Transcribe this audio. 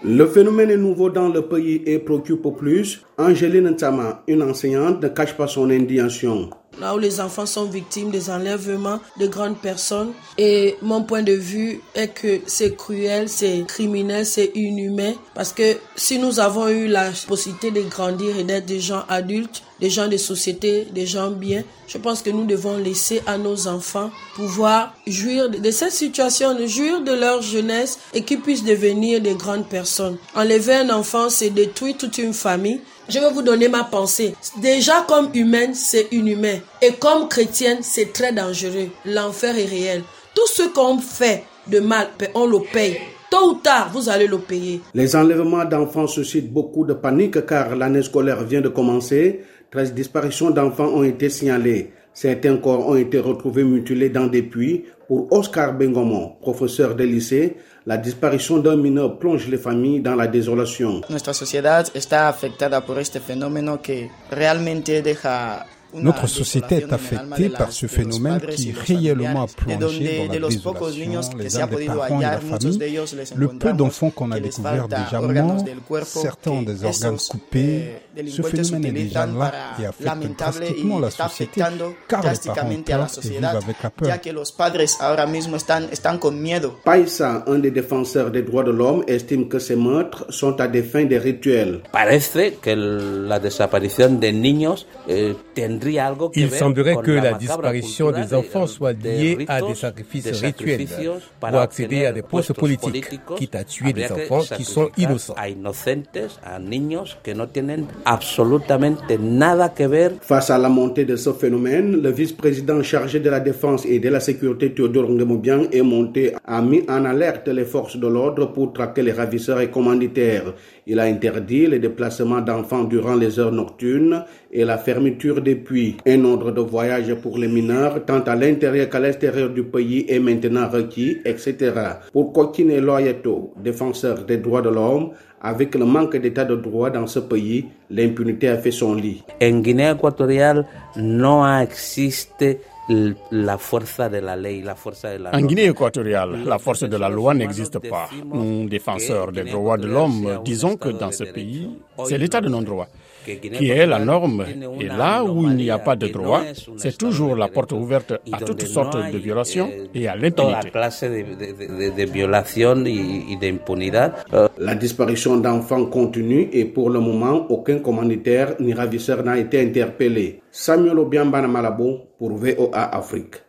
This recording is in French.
Le phénomène est nouveau dans le pays et préoccupe plus. Angéline Ntama, une enseignante, ne cache pas son indignation. Là où les enfants sont victimes des enlèvements de grandes personnes. Et mon point de vue est que c'est cruel, c'est criminel, c'est inhumain. Parce que si nous avons eu la possibilité de grandir et d'être des gens adultes, des gens de société, des gens bien, je pense que nous devons laisser à nos enfants pouvoir jouir de cette situation, jouir de leur jeunesse et qu'ils puissent devenir des grandes personnes. Enlever un enfant, c'est détruire toute une famille. Je vais vous donner ma pensée. Déjà, comme humaine, c'est inhumain. Et comme chrétienne, c'est très dangereux. L'enfer est réel. Tout ce qu'on fait de mal, on le paye. Tôt ou tard, vous allez le payer. Les enlèvements d'enfants suscitent beaucoup de panique car l'année scolaire vient de commencer. 13 disparitions d'enfants ont été signalées. Certains corps ont été retrouvés mutilés dans des puits. Pour Oscar Bengomo, professeur de lycée, la disparition d'un mineur plonge les familles dans la désolation. Nuestra sociedad está afectada por este fenómeno que realmente deja. Notre société est affectée par ce phénomène qui réellement a plongé dans la désolation les âmes des parents et la famille. Le peu d'enfants qu'on a découvert déjà morts, certains ont des organes coupés. Ce phénomène est déjà là et affecte drastiquement la société car les parents ont peur et vivent avec la peur. Paisa, un des défenseurs des droits de l'homme, estime que ces meurtres sont à des fins de rituels. Il semblerait que la disparition des enfants soit liée à des sacrifices rituels pour accéder à des postes politiques, quitte à tuer des enfants qui sont innocents. Face à la montée de ce phénomène, le vice-président chargé de la défense et de la sécurité Théodore Nguemobiang a mis en alerte les forces de l'ordre pour traquer les ravisseurs et commanditaires. Il a interdit les déplacements d'enfants durant les heures nocturnes et la fermeture des puits. Un ordre de voyage pour les mineurs, tant à l'intérieur qu'à l'extérieur du pays, est maintenant requis, etc. Pour Kokine Loyeto, défenseur des droits de l'homme, avec le manque d'état de droit dans ce pays, l'impunité a fait son lit. En Guinée équatoriale, no existe la force de la ley, la force de la En Guinée équatoriale, la force de la loi n'existe pas. Nous, défenseurs des droits de l'homme, disons que dans ce pays, c'est l'état de non-droit qui est la norme. Et là où il n'y a pas de droit, c'est toujours la porte ouverte à toutes sortes de violations et à l'impunité. La disparition d'enfants continue et pour le moment, aucun commanditaire ni ravisseur n'a été interpellé. Samuel Obiambana Malabo pour VOA Afrique.